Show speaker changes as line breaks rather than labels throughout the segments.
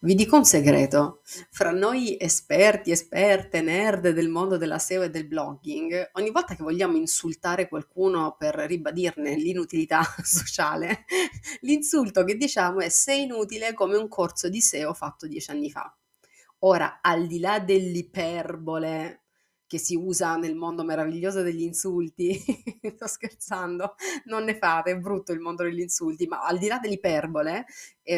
Vi dico un segreto: fra noi esperti, esperte, nerd del mondo della SEO e del blogging, ogni volta che vogliamo insultare qualcuno per ribadirne l'inutilità sociale, l'insulto che diciamo è: "Sei inutile come un corso di SEO fatto 10 anni fa". Ora, al di là dell'iperbole che si usa nel mondo meraviglioso degli insulti, sto scherzando, non ne fate, è brutto il mondo degli insulti, ma al di là dell'iperbole,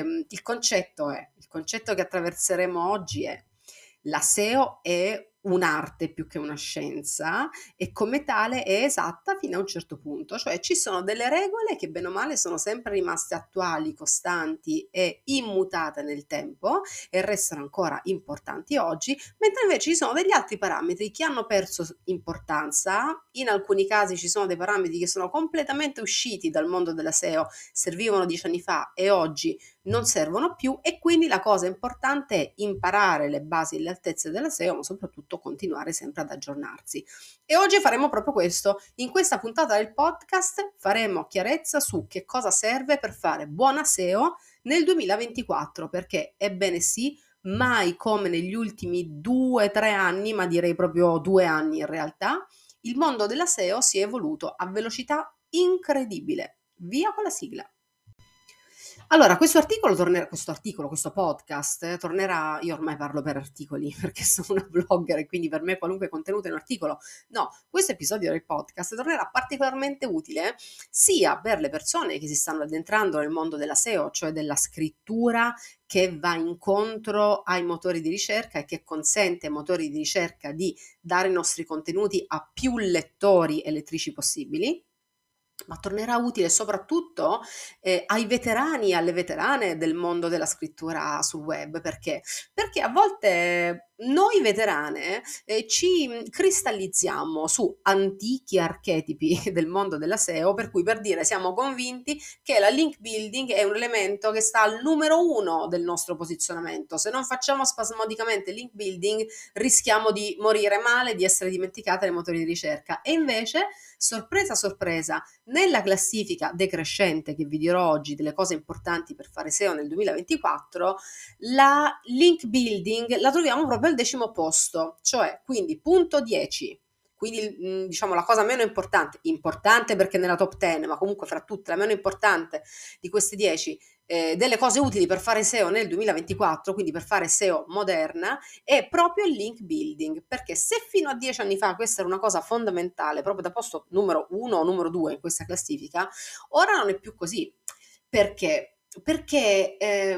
il concetto che attraverseremo oggi è: la SEO è un'arte più che una scienza e come tale è esatta fino a un certo punto, cioè ci sono delle regole che bene o male sono sempre rimaste attuali, costanti e immutate nel tempo e restano ancora importanti oggi, mentre invece ci sono degli altri parametri che hanno perso importanza. In alcuni casi ci sono dei parametri che sono completamente usciti dal mondo della SEO, servivano 10 anni fa e oggi non servono più, e quindi la cosa importante è imparare le basi e le altezze della SEO, ma soprattutto continuare sempre ad aggiornarsi. E oggi faremo proprio questo. In questa puntata del podcast faremo chiarezza su che cosa serve per fare buona SEO nel 2024, perché ebbene sì, mai come negli ultimi 2-3 anni, ma direi proprio 2 anni in realtà, il mondo della SEO si è evoluto a velocità incredibile. Via con la sigla. Allora, questo podcast tornerà. Io ormai parlo per articoli perché sono una blogger e quindi per me qualunque contenuto è un articolo. No, questo episodio del podcast tornerà particolarmente utile sia per le persone che si stanno addentrando nel mondo della SEO, cioè della scrittura che va incontro ai motori di ricerca e che consente ai motori di ricerca di dare i nostri contenuti a più lettori e lettrici possibili, ma tornerà utile soprattutto, ai veterani e alle veterane del mondo della scrittura sul web. Perché? Perché a volte noi veterane, ci, cristallizziamo su antichi archetipi del mondo della SEO, per cui, per dire, siamo convinti che la link building è un elemento che sta al numero 1 del nostro posizionamento. Se non facciamo spasmodicamente link building rischiamo di morire male, di essere dimenticate nei motori di ricerca. E invece, sorpresa sorpresa, nella classifica decrescente che vi dirò oggi delle cose importanti per fare SEO nel 2024, la link building la troviamo proprio al 10° posto, cioè quindi punto 10. Quindi diciamo la cosa meno importante perché nella top 10, ma comunque fra tutte la meno importante di queste 10 delle cose utili per fare SEO nel 2024, quindi per fare SEO moderna, è proprio il link building, perché se fino a 10 anni fa questa era una cosa fondamentale, proprio da posto numero 1 o numero 2 in questa classifica, ora non è più così. Perché? Perché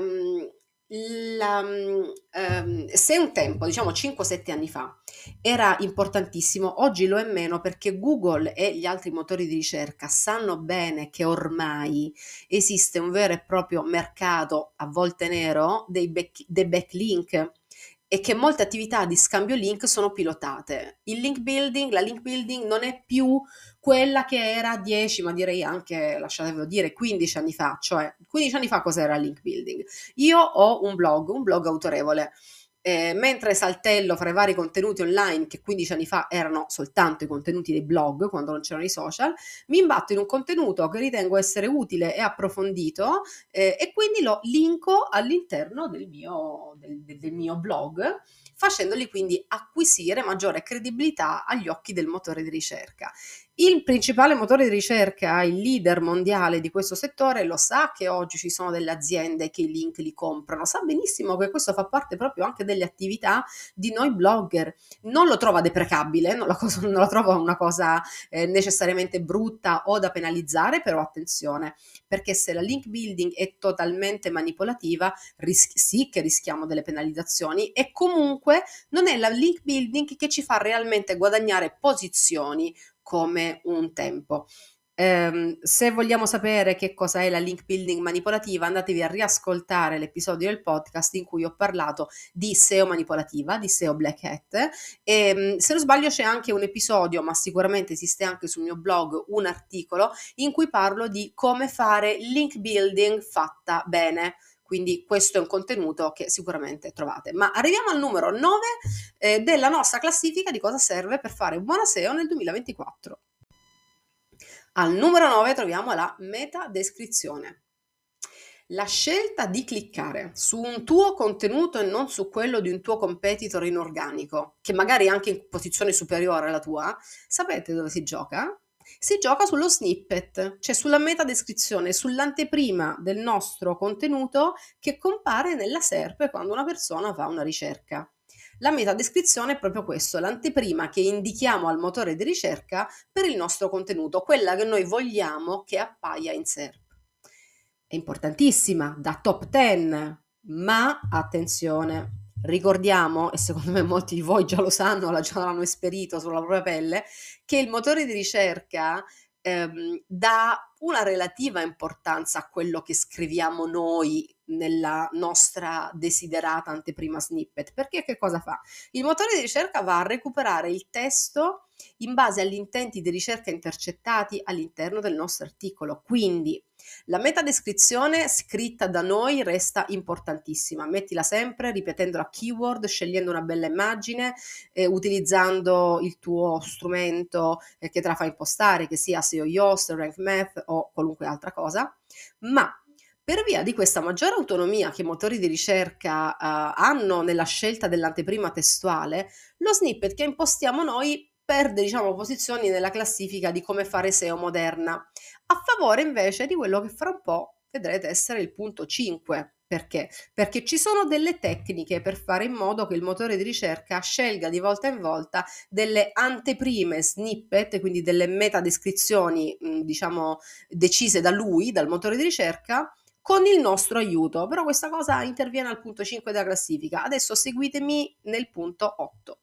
se un tempo, diciamo 5-7 anni fa, era importantissimo, oggi lo è meno, perché Google e gli altri motori di ricerca sanno bene che ormai esiste un vero e proprio mercato, a volte nero, dei backlink, e che molte attività di scambio link sono pilotate. La link building non è più quella che era 10, ma direi anche, lasciatevelo dire, 15 anni fa. Cioè, 15 anni fa cos'era il link building? Io ho un blog autorevole. Mentre saltello fra i vari contenuti online che 15 anni fa erano soltanto i contenuti dei blog, quando non c'erano i social, mi imbatto in un contenuto che ritengo essere utile e approfondito, e quindi lo linko all'interno del mio blog, facendoli quindi acquisire maggiore credibilità agli occhi del motore di ricerca. Il principale motore di ricerca, il leader mondiale di questo settore, lo sa che oggi ci sono delle aziende che i link li comprano, sa benissimo che questo fa parte proprio anche delle attività di noi blogger. Non lo trova deprecabile, non la trova una cosa necessariamente brutta o da penalizzare, però attenzione, perché se la link building è totalmente manipolativa, sì che rischiamo delle penalizzazioni, e comunque non è la link building che ci fa realmente guadagnare posizioni come un tempo. Se vogliamo sapere che cosa è la link building manipolativa, andatevi a riascoltare l'episodio del podcast in cui ho parlato di SEO manipolativa, di SEO Black Hat. E, se non sbaglio, c'è anche un episodio, ma sicuramente esiste anche sul mio blog un articolo in cui parlo di come fare link building fatta bene. Quindi questo è un contenuto che sicuramente trovate. Ma arriviamo al numero 9 della nostra classifica di cosa serve per fare buona SEO nel 2024. Al numero 9 troviamo la metadescrizione. La scelta di cliccare su un tuo contenuto e non su quello di un tuo competitor inorganico, che magari è anche in posizione superiore alla tua, sapete dove si gioca? Si gioca sullo snippet, cioè sulla metadescrizione, sull'anteprima del nostro contenuto che compare nella SERP quando una persona fa una ricerca. La metadescrizione è proprio questo, l'anteprima che indichiamo al motore di ricerca per il nostro contenuto, quella che noi vogliamo che appaia in SERP. È importantissima, da top 10, ma attenzione, ricordiamo, e secondo me molti di voi già lo sanno, già l'hanno esperito sulla propria pelle, che il motore di ricerca dà una relativa importanza a quello che scriviamo noi nella nostra desiderata anteprima snippet, perché che cosa fa? Il motore di ricerca va a recuperare il testo in base agli intenti di ricerca intercettati all'interno del nostro articolo, quindi la metadescrizione scritta da noi resta importantissima, mettila sempre ripetendo la keyword, scegliendo una bella immagine, utilizzando il tuo strumento che te la fa impostare, che sia SEO Yoast, Rank Math o qualunque altra cosa, ma per via di questa maggiore autonomia che i motori di ricerca hanno nella scelta dell'anteprima testuale, lo snippet che impostiamo noi perde, diciamo, posizioni nella classifica di come fare SEO moderna, a favore invece di quello che fra un po' vedrete essere il punto 5. Perché? Perché ci sono delle tecniche per fare in modo che il motore di ricerca scelga di volta in volta delle anteprime snippet, quindi delle metadescrizioni, diciamo, decise da lui, dal motore di ricerca, con il nostro aiuto. Però questa cosa interviene al punto 5 della classifica. Adesso seguitemi nel punto 8.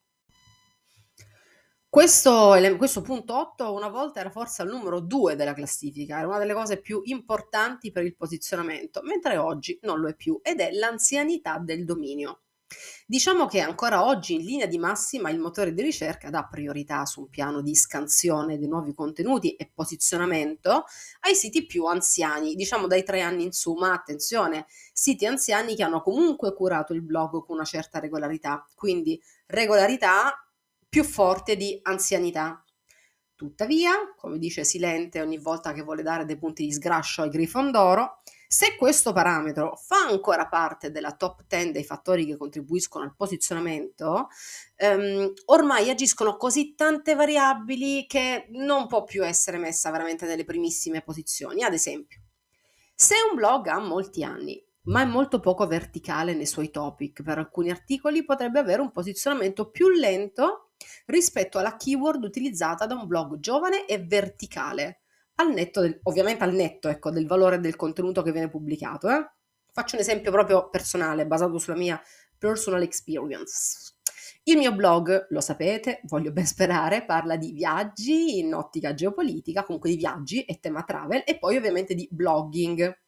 Questo punto 8 una volta era forse al numero 2 della classifica, era una delle cose più importanti per il posizionamento, mentre oggi non lo è più, ed è l'anzianità del dominio. Diciamo che ancora oggi in linea di massima il motore di ricerca dà priorità su un piano di scansione dei nuovi contenuti e posizionamento ai siti più anziani, diciamo dai 3 anni in su, ma attenzione, siti anziani che hanno comunque curato il blog con una certa regolarità, quindi regolarità più forte di anzianità. Tuttavia, come dice Silente ogni volta che vuole dare dei punti di sgrascio ai Grifondoro, se questo parametro fa ancora parte della top 10 dei fattori che contribuiscono al posizionamento, ormai agiscono così tante variabili che non può più essere messa veramente nelle primissime posizioni. Ad esempio, se un blog ha molti anni, ma è molto poco verticale nei suoi topic, per alcuni articoli potrebbe avere un posizionamento più lento rispetto alla keyword utilizzata da un blog giovane e verticale, ovviamente al netto, ecco, del valore del contenuto che viene pubblicato. Faccio un esempio proprio personale, basato sulla mia personal experience. Il mio blog, lo sapete, voglio ben sperare, parla di viaggi in ottica geopolitica, comunque di viaggi e tema travel, e poi ovviamente di blogging.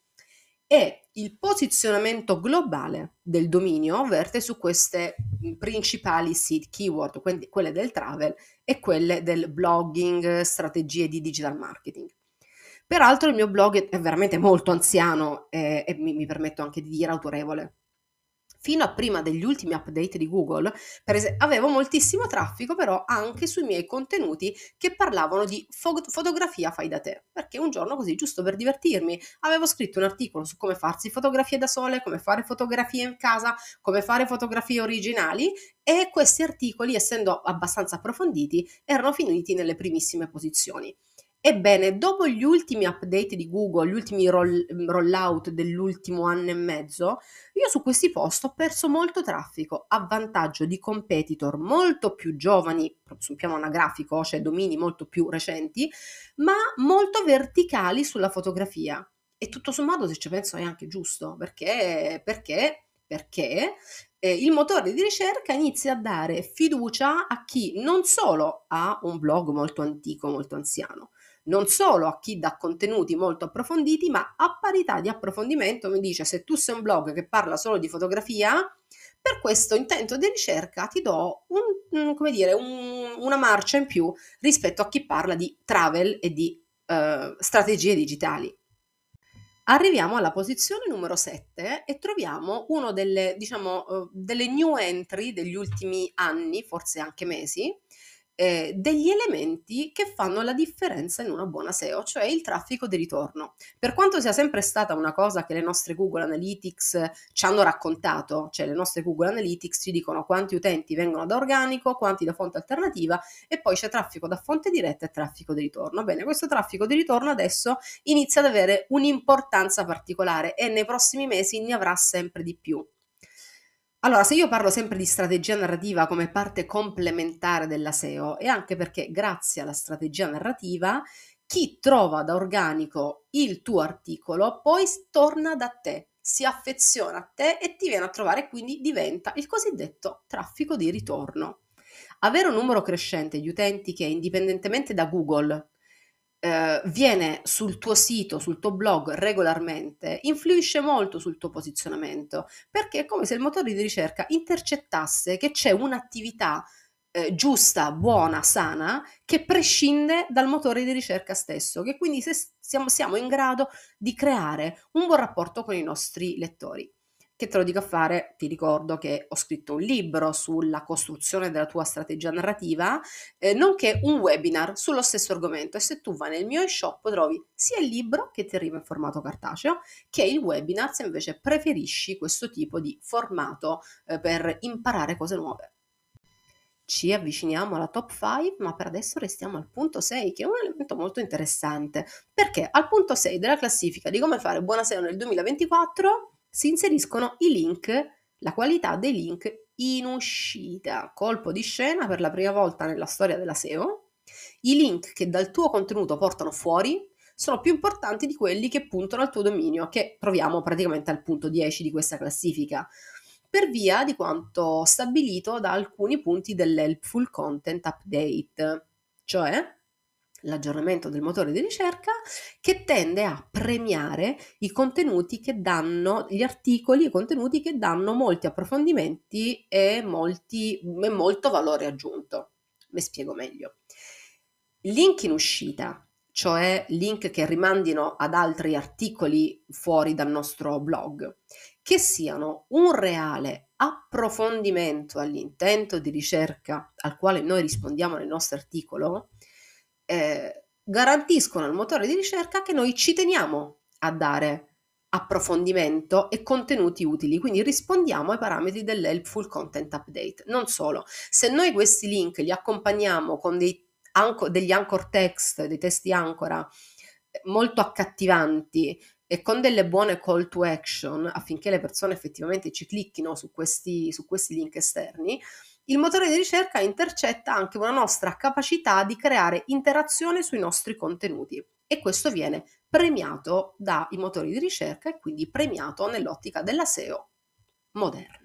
E il posizionamento globale del dominio verte su queste principali seed keyword, quindi quelle del travel e quelle del blogging, strategie di digital marketing. Peraltro il mio blog è veramente molto anziano e mi permetto anche di dire autorevole. Fino a prima degli ultimi update di Google, avevo moltissimo traffico però anche sui miei contenuti che parlavano di fotografia fai da te, perché un giorno così, giusto per divertirmi, avevo scritto un articolo su come farsi fotografie da sole, come fare fotografie in casa, come fare fotografie originali, e questi articoli, essendo abbastanza approfonditi, erano finiti nelle primissime posizioni. Ebbene, dopo gli ultimi update di Google, gli ultimi rollout dell'ultimo anno e mezzo, io su questi post ho perso molto traffico a vantaggio di competitor molto più giovani, proprio sul piano anagrafico, cioè domini molto più recenti, ma molto verticali sulla fotografia. E tutto sommato, se ci penso, è anche giusto, perché il motore di ricerca inizia a dare fiducia a chi non solo ha un blog molto antico, molto anziano, non solo a chi dà contenuti molto approfonditi, ma a parità di approfondimento mi dice: se tu sei un blog che parla solo di fotografia, per questo intento di ricerca ti do una marcia in più rispetto a chi parla di travel e di strategie digitali. Arriviamo alla posizione numero 7 e troviamo uno delle, diciamo, delle new entry degli ultimi anni, forse anche mesi, degli elementi che fanno la differenza in una buona SEO, cioè il traffico di ritorno. Per quanto sia sempre stata una cosa che le nostre Google Analytics ci hanno raccontato, cioè le nostre Google Analytics ci dicono quanti utenti vengono da organico, quanti da fonte alternativa e poi c'è traffico da fonte diretta e traffico di ritorno. Bene, questo traffico di ritorno adesso inizia ad avere un'importanza particolare e nei prossimi mesi ne avrà sempre di più. Allora, se io parlo sempre di strategia narrativa come parte complementare della SEO, è anche perché grazie alla strategia narrativa chi trova da organico il tuo articolo poi torna da te, si affeziona a te e ti viene a trovare, quindi diventa il cosiddetto traffico di ritorno. Avere un numero crescente di utenti che indipendentemente da Google viene sul tuo sito, sul tuo blog regolarmente, influisce molto sul tuo posizionamento, perché è come se il motore di ricerca intercettasse che c'è un'attività giusta, buona, sana, che prescinde dal motore di ricerca stesso, che quindi siamo in grado di creare un buon rapporto con i nostri lettori. Che te lo dico a fare, ti ricordo che ho scritto un libro sulla costruzione della tua strategia narrativa, nonché un webinar sullo stesso argomento e se tu vai nel mio e-shop trovi sia il libro che ti arriva in formato cartaceo che il webinar se invece preferisci questo tipo di formato per imparare cose nuove. Ci avviciniamo alla top 5, ma per adesso restiamo al punto 6, che è un elemento molto interessante, perché al punto 6 della classifica di come fare buona SEO nel 2024 si inseriscono i link, la qualità dei link in uscita, colpo di scena per la prima volta nella storia della SEO. I link che dal tuo contenuto portano fuori sono più importanti di quelli che puntano al tuo dominio, che troviamo praticamente al punto 10 di questa classifica, per via di quanto stabilito da alcuni punti dell'Helpful Content Update, cioè l'aggiornamento del motore di ricerca che tende a premiare i contenuti che danno, gli articoli e contenuti che danno molti approfondimenti e molto valore aggiunto. Mi spiego meglio. Link in uscita, cioè link che rimandino ad altri articoli fuori dal nostro blog, che siano un reale approfondimento all'intento di ricerca al quale noi rispondiamo nel nostro articolo, garantiscono al motore di ricerca che noi ci teniamo a dare approfondimento e contenuti utili, quindi rispondiamo ai parametri dell'Helpful Content Update. Non solo, se noi questi link li accompagniamo con degli anchor text, dei testi ancora molto accattivanti e con delle buone call to action affinché le persone effettivamente ci clicchino su questi link esterni, il motore di ricerca intercetta anche una nostra capacità di creare interazione sui nostri contenuti e questo viene premiato dai motori di ricerca e quindi premiato nell'ottica della SEO moderna.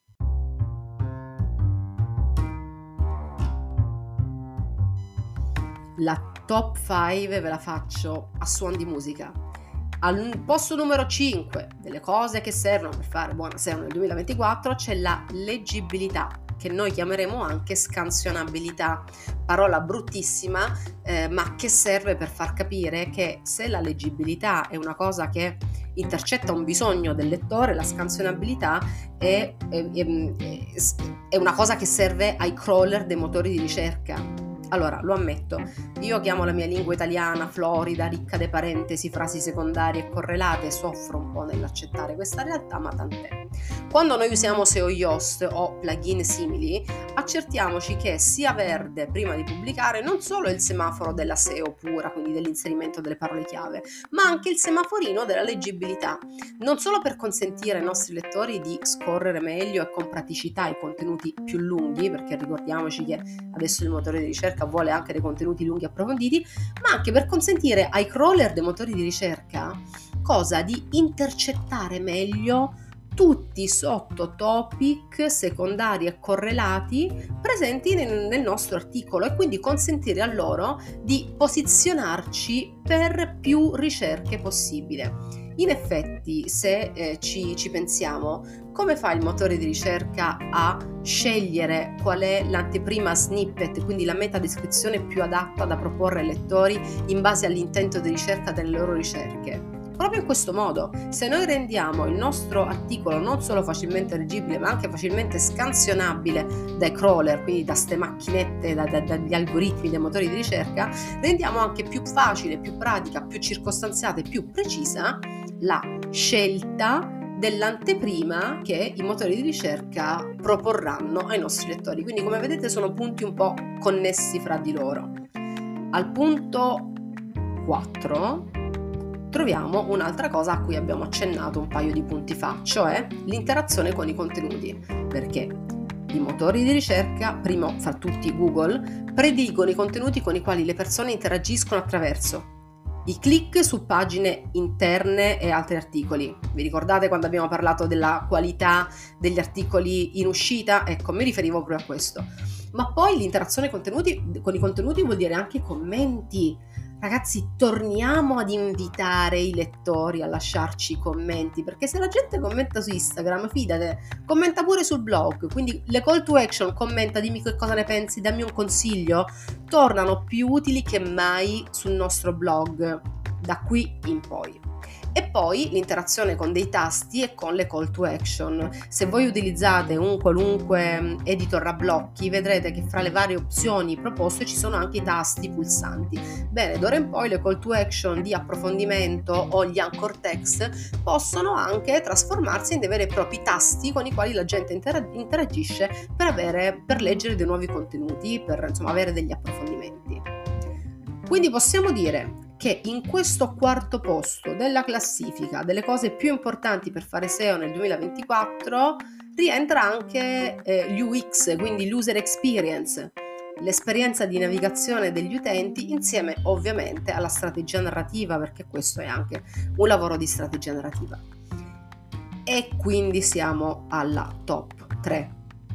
La top 5 ve la faccio a suon di musica. Al posto numero 5 delle cose che servono per fare buona SEO nel 2024 c'è la leggibilità, che noi chiameremo anche scansionabilità, parola bruttissima, ma che serve per far capire che se la leggibilità è una cosa che intercetta un bisogno del lettore, la scansionabilità è una cosa che serve ai crawler dei motori di ricerca. Allora, lo ammetto, io chiamo la mia lingua italiana florida, ricca di parentesi, frasi secondarie e correlate, soffro un po' nell'accettare questa realtà, ma tant'è. Quando noi usiamo SEO Yoast o plugin simili, accertiamoci che sia verde prima di pubblicare non solo il semaforo della SEO pura, quindi dell'inserimento delle parole chiave, ma anche il semaforino della leggibilità, non solo per consentire ai nostri lettori di scorrere meglio e con praticità i contenuti più lunghi, perché ricordiamoci che adesso il motore di ricerca vuole anche dei contenuti lunghi e approfonditi, ma anche per consentire ai crawler dei motori di ricerca cosa di intercettare meglio tutti i sottotopic secondari e correlati presenti nel nostro articolo e quindi consentire a loro di posizionarci per più ricerche possibile. In effetti, se ci pensiamo, come fa il motore di ricerca a scegliere qual è l'anteprima snippet, quindi la metadescrizione più adatta da proporre ai lettori in base all'intento di ricerca delle loro ricerche? proprio in questo modo. Se noi rendiamo il nostro articolo non solo facilmente leggibile, ma anche facilmente scansionabile dai crawler, quindi da ste macchinette, dagli algoritmi dei motori di ricerca, rendiamo anche più facile, più pratica, più circostanziata e più precisa la scelta dell'anteprima che i motori di ricerca proporranno ai nostri lettori. Quindi, come vedete, sono punti un po' connessi fra di loro. Al punto 4 troviamo un'altra cosa a cui abbiamo accennato un paio di punti fa, cioè l'interazione con i contenuti, perché i motori di ricerca, primo fra tutti Google, prediligono i contenuti con i quali le persone interagiscono attraverso i click su pagine interne e altri articoli. Vi ricordate quando abbiamo parlato della qualità degli articoli in uscita? Ecco, mi riferivo proprio a questo. Ma poi l'interazione con i contenuti vuol dire anche commenti. Ragazzi, torniamo ad invitare i lettori a lasciarci commenti, perché se la gente commenta su Instagram, fidate, commenta pure sul blog, quindi le call to action, commenta, dimmi che cosa ne pensi, dammi un consiglio, tornano più utili che mai sul nostro blog, da qui in poi. E poi l'interazione con dei tasti e con le call to action. Se voi utilizzate un qualunque editor a blocchi, vedrete che fra le varie opzioni proposte ci sono anche i tasti pulsanti. Bene, d'ora in poi le call to action di approfondimento o gli anchor text possono anche trasformarsi in dei veri e propri tasti con i quali la gente interagisce per leggere dei nuovi contenuti, per insomma avere degli approfondimenti. Quindi possiamo dire che in questo quarto posto della classifica delle cose più importanti per fare SEO nel 2024 rientra anche l'UX, quindi l'user experience, l'esperienza di navigazione degli utenti, insieme ovviamente alla strategia narrativa, perché questo è anche un lavoro di strategia narrativa. E quindi siamo alla top 3.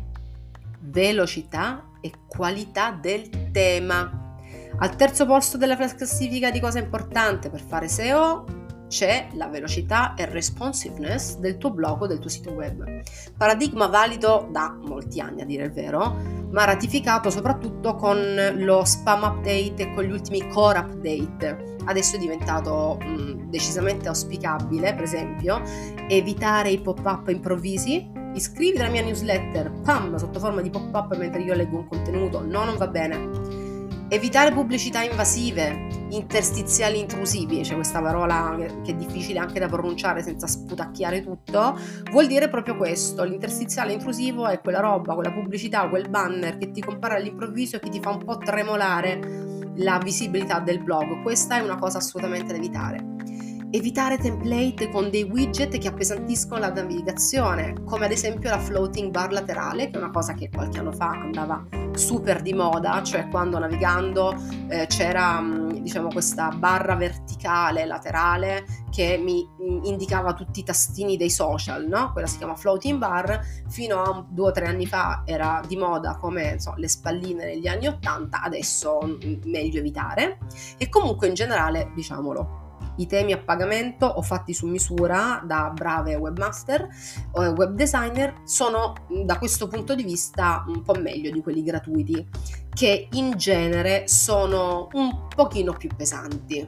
Velocità e qualità del tema. Al terzo posto della classifica di cosa importante per fare SEO c'è la velocità e responsiveness del tuo blog o del tuo sito web. Paradigma valido da molti anni, a dire il vero, ma ratificato soprattutto con lo spam update e con gli ultimi core update. Adesso è diventato decisamente auspicabile, per esempio, evitare i pop-up improvvisi. Iscriviti alla mia newsletter, pam, sotto forma di pop-up mentre io leggo un contenuto, no, non va bene. Evitare pubblicità invasive, interstiziali intrusivi, c'è questa parola che è difficile anche da pronunciare senza sputacchiare tutto, vuol dire proprio questo. L'interstiziale intrusivo è quella roba, quella pubblicità, quel banner che ti compare all'improvviso e che ti fa un po' tremolare la visibilità del blog. Questa è una cosa assolutamente da evitare. Evitare template con dei widget che appesantiscono la navigazione, come ad esempio la floating bar laterale, che è una cosa che qualche anno fa andava super di moda, cioè quando navigando c'era questa barra verticale laterale che mi indicava tutti i tastini dei social, no? Quella si chiama floating bar. Fino a 2 o 3 anni fa era di moda come le spalline negli anni 80, adesso meglio evitare. E comunque in generale, diciamolo, i temi a pagamento o fatti su misura da brave webmaster o web designer sono da questo punto di vista un po' meglio di quelli gratuiti, che in genere sono un pochino più pesanti.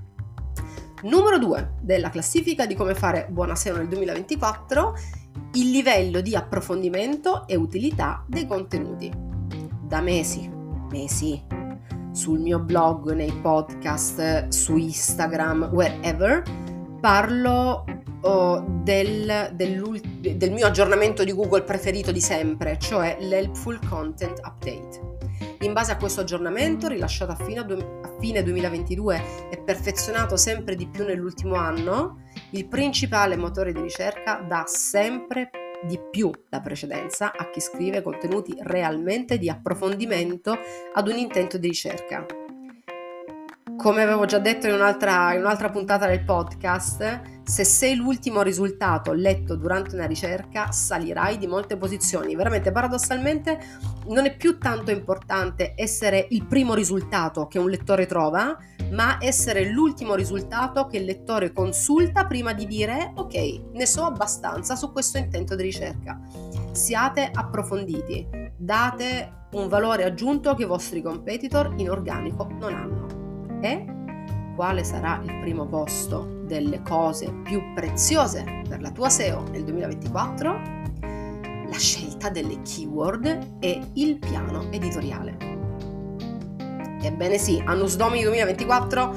Numero 2 della classifica di come fare buona SEO nel 2024, il livello di approfondimento e utilità dei contenuti. Da mesi sul mio blog, nei podcast, su Instagram, wherever, parlo del mio aggiornamento di Google preferito di sempre, cioè l'Helpful Content Update. In base a questo aggiornamento, rilasciato a fine 2022 e perfezionato sempre di più nell'ultimo anno, il principale motore di ricerca dà sempre di più la precedenza a chi scrive contenuti realmente di approfondimento ad un intento di ricerca. Come avevo già detto in un'altra puntata del podcast, se sei l'ultimo risultato letto durante una ricerca, salirai di molte posizioni. Veramente, paradossalmente, non è più tanto importante essere il primo risultato che un lettore trova, ma essere l'ultimo risultato che il lettore consulta prima di dire ok, ne so abbastanza su questo intento di ricerca. Siate approfonditi, date un valore aggiunto che i vostri competitor in organico non hanno. E quale sarà il primo posto delle cose più preziose per la tua SEO nel 2024? La scelta delle keyword e il piano editoriale. Ebbene sì, Annus Domini 2024,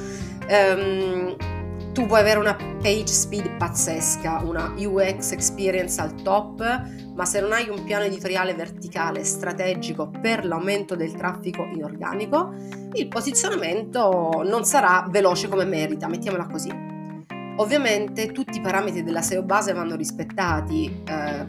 tu puoi avere una page speed pazzesca, una UX experience al top, ma se non hai un piano editoriale verticale strategico per l'aumento del traffico in organico, il posizionamento non sarà veloce come merita, mettiamola così. Ovviamente tutti i parametri della SEO base vanno rispettati,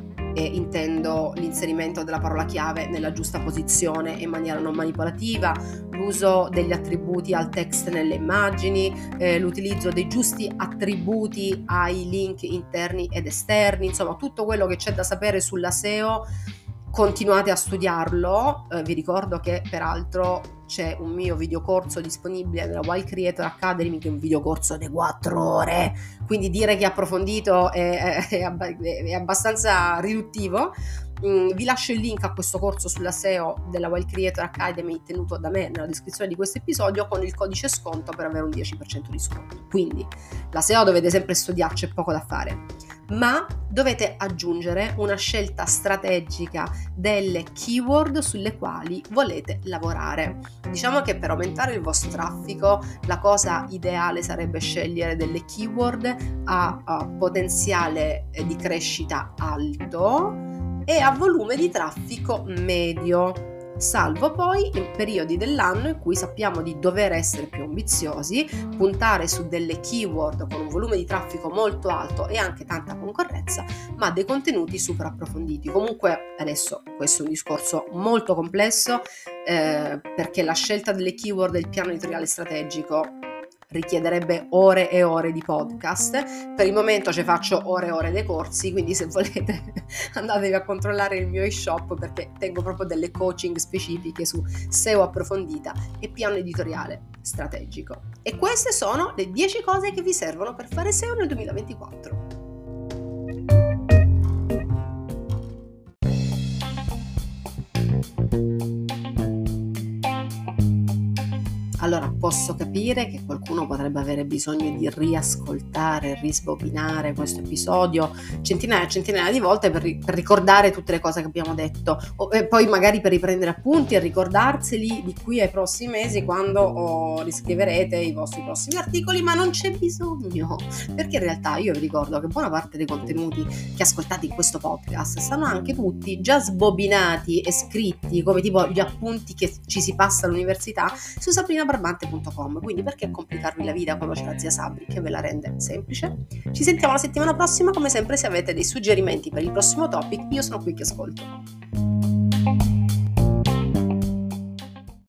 e intendo l'inserimento della parola chiave nella giusta posizione in maniera non manipolativa, l'uso degli attributi al text nelle immagini, l'utilizzo dei giusti attributi ai link interni ed esterni, insomma tutto quello che c'è da sapere sulla SEO. Continuate a studiarlo, vi ricordo che peraltro c'è un mio videocorso disponibile nella Wild Creator Academy, che è un videocorso di 4 ore, quindi dire che è approfondito è abbastanza riduttivo. Vi lascio il link a questo corso sulla SEO della Wild Creator Academy tenuto da me nella descrizione di questo episodio, con il codice sconto per avere un 10% di sconto. Quindi la SEO dovete sempre studiare, c'è poco da fare, ma dovete aggiungere una scelta strategica delle keyword sulle quali volete lavorare. Diciamo che per aumentare il vostro traffico la cosa ideale sarebbe scegliere delle keyword a potenziale di crescita alto e a volume di traffico medio, salvo poi in periodi dell'anno in cui sappiamo di dover essere più ambiziosi, puntare su delle keyword con un volume di traffico molto alto e anche tanta concorrenza, ma dei contenuti super approfonditi. Comunque adesso questo è un discorso molto complesso, perché la scelta delle keyword e il piano editoriale strategico richiederebbe ore e ore di podcast. Per il momento ci faccio ore e ore dei corsi, quindi se volete andatevi a controllare il mio e-shop, perché tengo proprio delle coaching specifiche su SEO approfondita e piano editoriale strategico. E queste sono le 10 cose che vi servono per fare SEO nel 2024. Allora, posso capire che qualcuno potrebbe avere bisogno di riascoltare, risbobinare questo episodio centinaia e centinaia di volte per ricordare tutte le cose che abbiamo detto, e poi magari per riprendere appunti e ricordarseli di qui ai prossimi mesi quando riscriverete i vostri prossimi articoli, ma non c'è bisogno, perché in realtà io vi ricordo che buona parte dei contenuti che ascoltate in questo podcast stanno anche tutti già sbobinati e scritti come tipo gli appunti che ci si passa all'università su sabrinabarbante.com, quindi perché complicarvi la vita quando c'è la zia Sabri che ve la rende semplice? Ci sentiamo la settimana prossima, come sempre. Se avete dei suggerimenti per il prossimo topic io sono qui che ascolto.